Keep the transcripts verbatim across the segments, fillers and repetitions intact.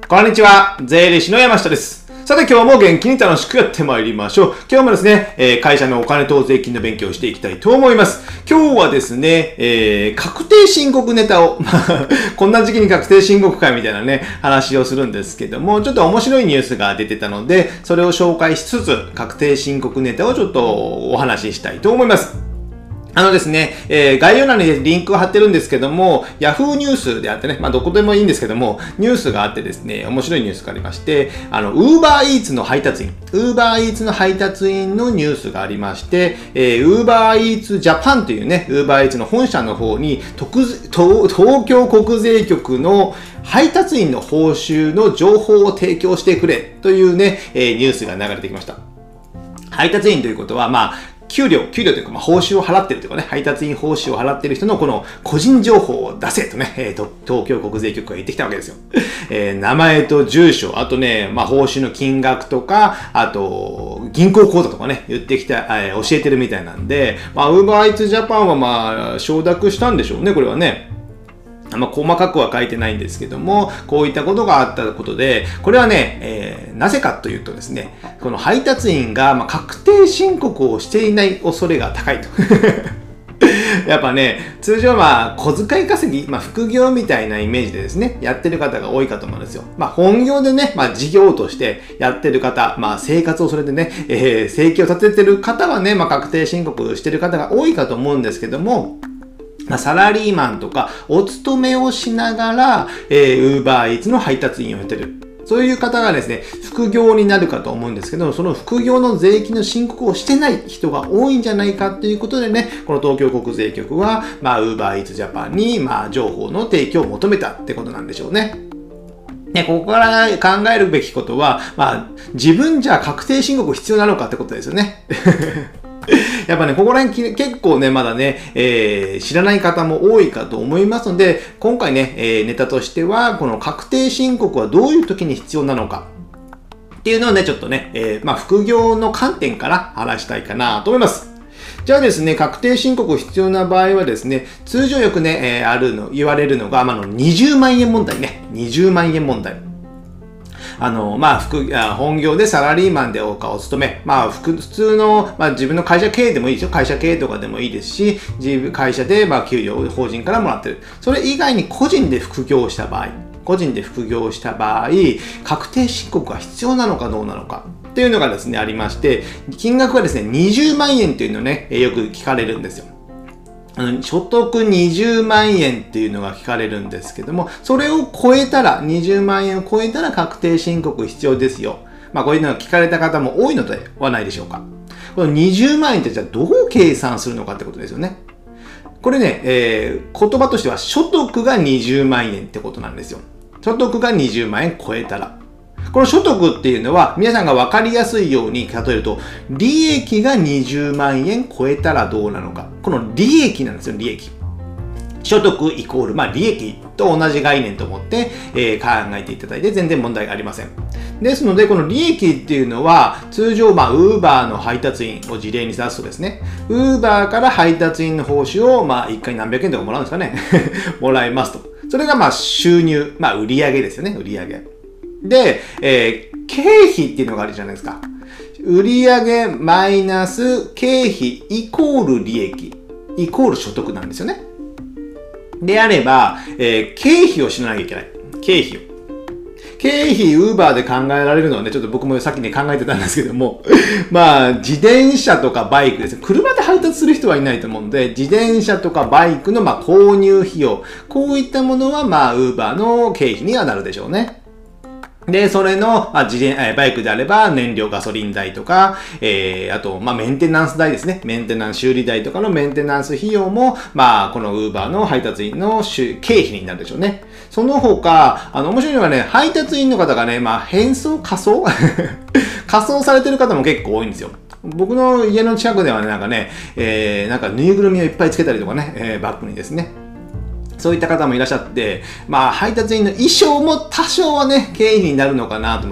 こんにちは、税理士の山下です。さて今日も元気に楽しくやってまいりましょう。今日もですね、えー、会社のお金と税金の勉強をしていきたいと思います。今日はですね、えー、確定申告ネタを、こんな時期に確定申告会みたいなね、話をするんですけども、ちょっと面白いニュースが出てたので、それを紹介しつつ、確定申告ネタをちょっとお話ししたいと思います。あのですね、えー、概要欄にリンクを貼ってるんですけども、Yahoo ニュースであってね、まあどこでもいいんですけども、ニュースがあってですね、面白いニュースがありまして、あの、Uber Eats の配達員、Uber Eats の配達員のニュースがありまして、えー、Uber Eats Japan というね、Uber Eats の本社の方に、特東、東京国税局の配達員の報酬の情報を提供してくれというね、えー、ニュースが流れてきました。配達員ということは、まあ、給料、給料というか、まあ、報酬を払ってるというかね、配達員報酬を払っている人のこの個人情報を出せとね、えー、と東京国税局が言ってきたわけですよ。えー、名前と住所、あとね、まあ、報酬の金額とか、あと、銀行口座とかね、言ってきた、えー、教えてるみたいなんで、まあ、Uber Eats Japan はまあ、承諾したんでしょうね、これはね。まあ、細かくは書いてないんですけども、こういったことがあったことで、これはね、えー、なぜかというとですね、この配達員が、まあ、確定申告をしていない恐れが高いと。やっぱね、通常まあ、小遣い稼ぎ、まあ、副業みたいなイメージでですね、やってる方が多いかと思うんですよ。まあ、本業でね、まあ、事業としてやってる方、まあ、生活をそれでね、えー、生計を立ててる方はね、まあ、確定申告してる方が多いかと思うんですけども、サラリーマンとかお勤めをしながら、えー、Uber Eats の配達員をやってる。そういう方がですね、副業になるかと思うんですけど、その副業の税金の申告をしてない人が多いんじゃないかということでね、この東京国税局は、まあ、Uber Eats Japan に、まあ、情報の提供を求めたってことなんでしょうね。ね、ここから考えるべきことは、まあ、自分じゃ確定申告必要なのかってことですよね。やっぱね、ここら辺結構ね、まだね、えー、知らない方も多いかと思いますので、今回ね、えー、ネタとしては、この確定申告はどういう時に必要なのかっていうのをね、ちょっとね、えー、まあ、副業の観点から話したいかなと思います。じゃあですね、確定申告必要な場合はですね、通常よくね、えー、あるの、言われるのが、まあ、のにじゅうまんえん問題ね。にじゅうまんえん問題。あの、まあ、副、本業でサラリーマンでおかお勤め、まあ、普通の、まあ、自分の会社経営でもいいですよ。会社経営とかでもいいですし、自分、会社で、まあ、給料を法人からもらってる。それ以外に個人で副業をした場合、個人で副業をした場合、確定申告が必要なのかどうなのかっていうのがですね、ありまして、金額はですね、にじゅうまんえんっていうのをね、よく聞かれるんですよ。所得にじゅうまんえんっていうのが聞かれるんですけども、それを超えたら、にじゅうまんえんを超えたら確定申告必要ですよ。まあこういうのが聞かれた方も多いのではないでしょうか。このにじゅうまんえんってじゃあどう計算するのかってことですよね。これね、えー、言葉としては所得がにじゅうまんえんってことなんですよ。所得がにじゅうまんえん超えたら。この所得っていうのは、皆さんが分かりやすいように例えると、利益がにじゅうまんえん超えたらどうなのか。この利益なんですよ、利益。所得イコール、まあ、利益と同じ概念と思って、えー、考えていただいて全然問題ありません。ですので、この利益っていうのは、通常、まあ、Uber の配達員を事例に出すとですね、Uber から配達員の報酬を、まあ、いっかい何百円とかもらうんですかね。もらいますと。それが、まあ、収入、まあ、売上ですよね、売上。で、えー、経費っていうのがあるじゃないですか。売上マイナス経費イコール利益イコール所得なんですよね。であれば、えー、経費を知らなきゃいけない。経費を。経費、ウーバーで考えられるのはね、ちょっと僕もさっきね考えてたんですけども、まあ、自転車とかバイクですね。車で配達する人はいないと思うんで、自転車とかバイクのまあ購入費用、こういったものはまあ、ウーバーの経費にはなるでしょうね。で、それの、まあ、自転、バイクであれば、燃料、ガソリン代とか、えー、あと、まあ、メンテナンス代ですね。メンテナンス、修理代とかのメンテナンス費用も、まあ、この Uber の配達員の経費になるでしょうね。その他、あの、面白いのがね、配達員の方がね、まあ、変装、仮装仮装されてる方も結構多いんですよ。僕の家の近くではね、なんかね、えー、なんかぬいぐるみをいっぱいつけたりとかね、えー、バッグにですね。そういった方もいらっしゃって、まあ、配達員の衣装も多少はね、経費になるのかなと思います。そ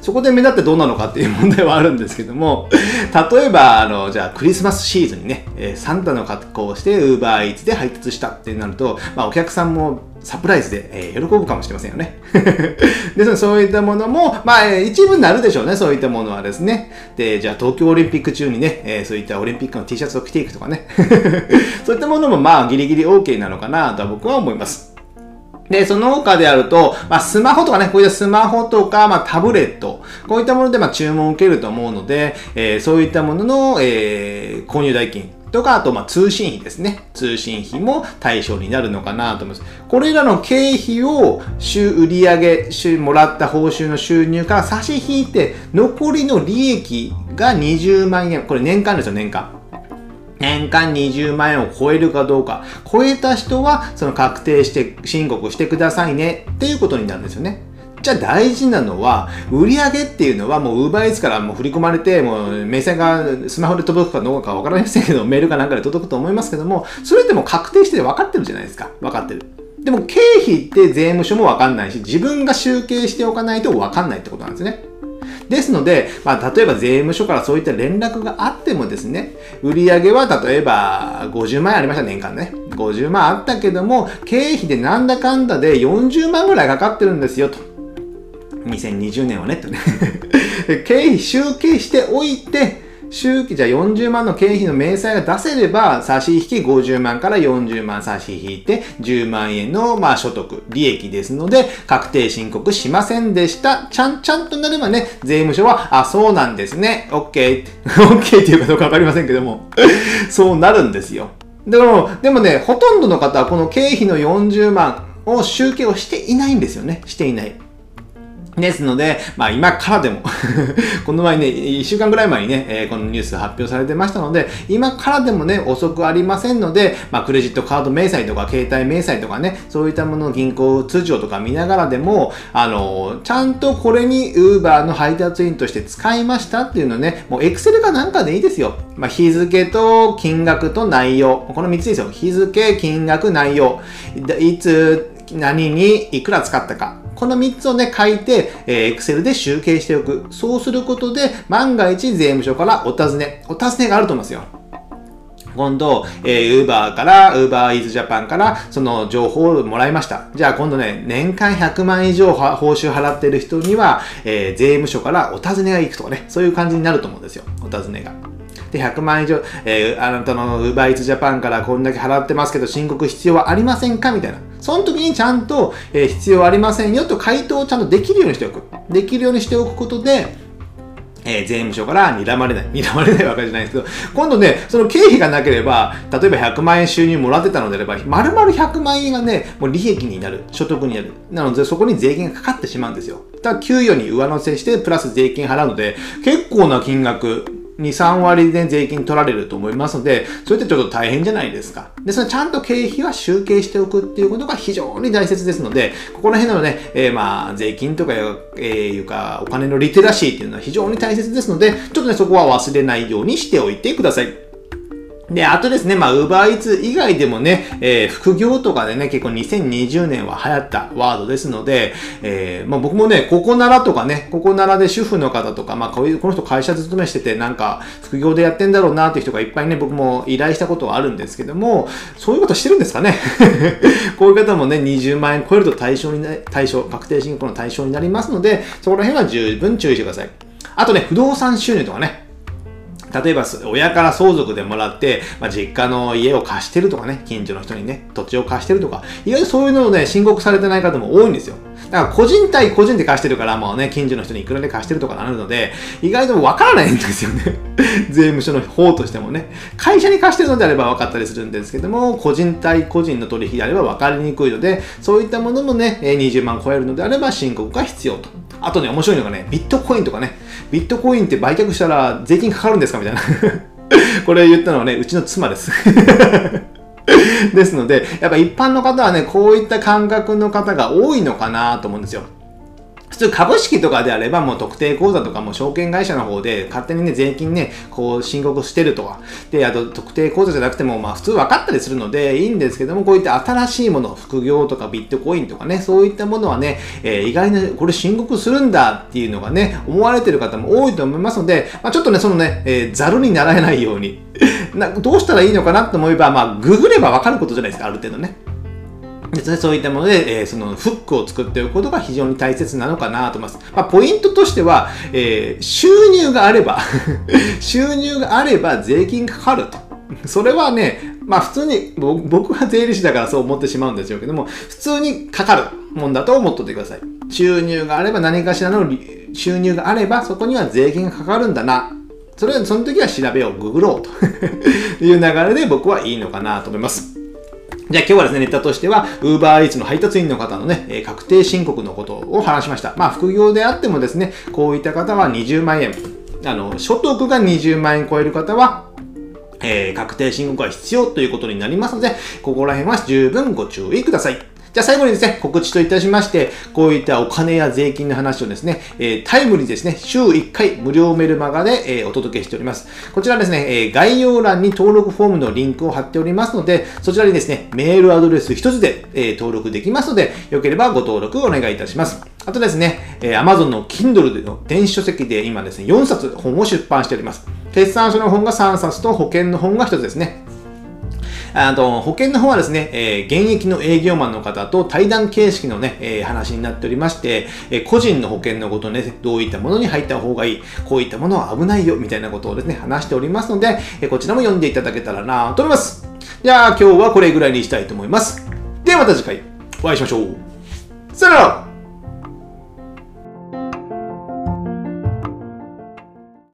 そこで目立ってどうなのかっていう問題はあるんですけども、例えば、あの、じゃあクリスマスシーズンにね、えー、サンタの格好をして Uber Eats で配達したってなると、まあお客さんもサプライズで、えー、喜ぶかもしれませんよね。で、そういったものも、まあ、えー、一部になるでしょうね、そういったものはですね。で、じゃあ東京オリンピック中にね、えー、そういったオリンピックの T シャツを着ていくとかね。そういったものもまあギリギリ OK なのかなとは僕は思います。で、その他であると、まあ、スマホとかね、こういったスマホとか、まあ、タブレット、こういったもので、まあ、注文を受けると思うので、えー、そういったものの、えー、購入代金とか、あと、まあ、通信費ですね。通信費も対象になるのかなと思います。これらの経費を、週売上、週もらった報酬の収入から差し引いて、残りの利益がにじゅうまんえん。これ年間ですよ、年間。年間にじゅうまんえんを超えるかどうか。超えた人は、その確定して申告してくださいねっていうことになるんですよね。じゃあ大事なのは、売上っていうのはもう Uber Eats からもう振り込まれて、もう明細がスマホで届くかどうかわからないですけど、メールかなんかで届くと思いますけども、それでも確定して分かってるじゃないですか。分かってる。でも経費って税務署も分かんないし、自分が集計しておかないと分かんないってことなんですね。ですので、まあ、例えば税務署からそういった連絡があってもですね、売上は例えばごじゅうまんえんありました、年間ね。ごじゅうまんあったけども、経費でなんだかんだでよんじゅうまんぐらいかかってるんですよ、と。にせんにじゅうねんはね、とね。経費集計しておいて、周期じゃよんじゅうまんの経費の明細が出せれば、差し引きごじゅうまんからよんじゅうまん差し引いてじゅうまんえんのまあ所得、利益ですので、確定申告しませんでした。ちゃんちゃんとなればね、税務署は、あ、そうなんですね。OK。OK っていうかどうかわかりませんけども、そうなるんですよ。でも、でもね、ほとんどの方はこの経費のよんじゅうまんを集計をしていないんですよね。していない。ですので、まあ今からでもこの前ね、いっしゅうかんぐらい前にね、えー、このニュース発表されてましたので、今からでもね、遅くありませんので、まあクレジットカード明細とか、携帯明細とかね、そういったものの銀行通帳とか見ながらでも、あのー、ちゃんとこれに Uber の配達員として使いましたっていうのね、もう Excel かなんかでいいですよ。まあ日付と金額と内容。このみっつですよ。日付、金額、内容。いつ、何にいくら使ったか。このみっつをね、書いて、えー、Excel で集計しておく。そうすることで、万が一税務署からお尋ね、お尋ねがあると思いますよ。今度、えー、Uber から、Uber Eats Japan から、その情報をもらいました。じゃあ今度ね、年間ひゃくまん以上報酬払っている人には、えー、税務署からお尋ねが行くとかね、そういう感じになると思うんですよ。お尋ねが。で、ひゃくまん以上、えー、あなたの Uber Eats Japan からこんだけ払ってますけど、申告必要はありませんかみたいな。その時にちゃんと、えー、必要ありませんよと回答をちゃんとできるようにしておく。できるようにしておくことで、えー、税務署から睨まれない。睨まれないわけじゃないですけど、今度ね、その経費がなければ、例えばひゃくまんえん収入もらってたのであれば、丸々ひゃくまんえんがね、もう利益になる。所得になる。なので、そこに税金がかかってしまうんですよ。ただ、給与に上乗せして、プラス税金払うので、結構な金額、に、さんわりで税金取られると思いますので、それってちょっと大変じゃないですか。で、そのちゃんと経費は集計しておくっていうことが非常に大切ですので、ここら辺のね、えー、まあ、税金とか、えー、いうか、お金のリテラシーっていうのは非常に大切ですので、ちょっとね、そこは忘れないようにしておいてください。で、あとですね、まあ、Uber Eats 以外でもね、えー、副業とかでね、結構にせんにじゅうねんは流行ったワードですので、えー、まあ僕もね、ここならとかね、ここならで主婦の方とか、まあこういう、この人会社勤めしてて、なんか副業でやってんだろうなっていう人がいっぱいね、僕も依頼したことはあるんですけども、そういうことしてるんですかねこういう方もね、にじゅうまんえん超えると対象にな、対象、確定申告の対象になりますので、そこら辺は十分注意してください。あとね、不動産収入とかね、例えば、親から相続でもらって、まあ、実家の家を貸してるとかね、近所の人にね、土地を貸してるとか、意外とそういうのをね、申告されてない方も多いんですよ。だから、個人対個人で貸してるから、もうね、近所の人にいくらで貸してるとかなるので、意外とわからないんですよね。税務署の方としてもね。会社に貸してるのであれば分かったりするんですけども、個人対個人の取引であれば分かりにくいので、そういったものもね、にじゅうまん超えるのであれば申告が必要と。あとね、面白いのがね、ビットコインとかね、ビットコインって売却したら税金かかるんですかみたいな。これ言ったのはね、うちの妻です。ですので、やっぱ一般の方はね、こういった感覚の方が多いのかなと思うんですよ。普普通株式とかであればもう特定口座とかも証券会社の方で勝手にね、税金ね、こう申告してるとか。で、あと特定口座じゃなくてもまあ普通分かったりするのでいいんですけども、こういった新しいもの、副業とかビットコインとかね、そういったものはね、えー、意外にこれ申告するんだっていうのがね、思われてる方も多いと思いますので、まあ、ちょっとね、そのね、えー、ざるにならないようにな、どうしたらいいのかなと思えば、まあ、ググれば分かることじゃないですか、ある程度ね。ですね、そういったもので、えー、そのフックを作っておくことが非常に大切なのかなと思います。まあ、ポイントとしては、えー、収入があれば、収入があれば税金かかると。それはね、まあ普通に、僕は税理士だからそう思ってしまうんですよけども、普通にかかるもんだと思っておいてください。収入があれば、何かしらの収入があれば、そこには税金がかかるんだな。それは、その時は調べよう、ググろうという流れで僕はいいのかなと思います。じゃあ今日はですね、ネタとしては、UberEats の配達員の方のね、えー、確定申告のことを話しました。まあ、副業であってもですね、こういった方はにじゅうまんえん、あの、所得がにじゅうまんえん超える方は、えー、確定申告が必要ということになりますので、ここら辺は十分ご注意ください。じゃあ最後にですね、告知といたしまして、こういったお金や税金の話をですね、えー、タイムリーですね、週いっかい無料メルマガで、えー、お届けしております。こちらですね、えー、概要欄に登録フォームのリンクを貼っておりますので、そちらにですね、メールアドレス一つで、えー、登録できますので、よければご登録お願いいたします。あとですね、えー、Amazon の Kindle での電子書籍で今ですね、よんさつ本を出版しております。決算書の本がさんさつと保険の本がひとつですね。あと保険の方はですね、えー、現役の営業マンの方と対談形式のね、えー、話になっておりまして、えー、個人の保険のことね、どういったものに入った方がいい、こういったものは危ないよ、みたいなことをですね、話しておりますので、えー、こちらも読んでいただけたらなと思います。じゃあ今日はこれぐらいにしたいと思います。ではまた次回お会いしましょう。さよなら。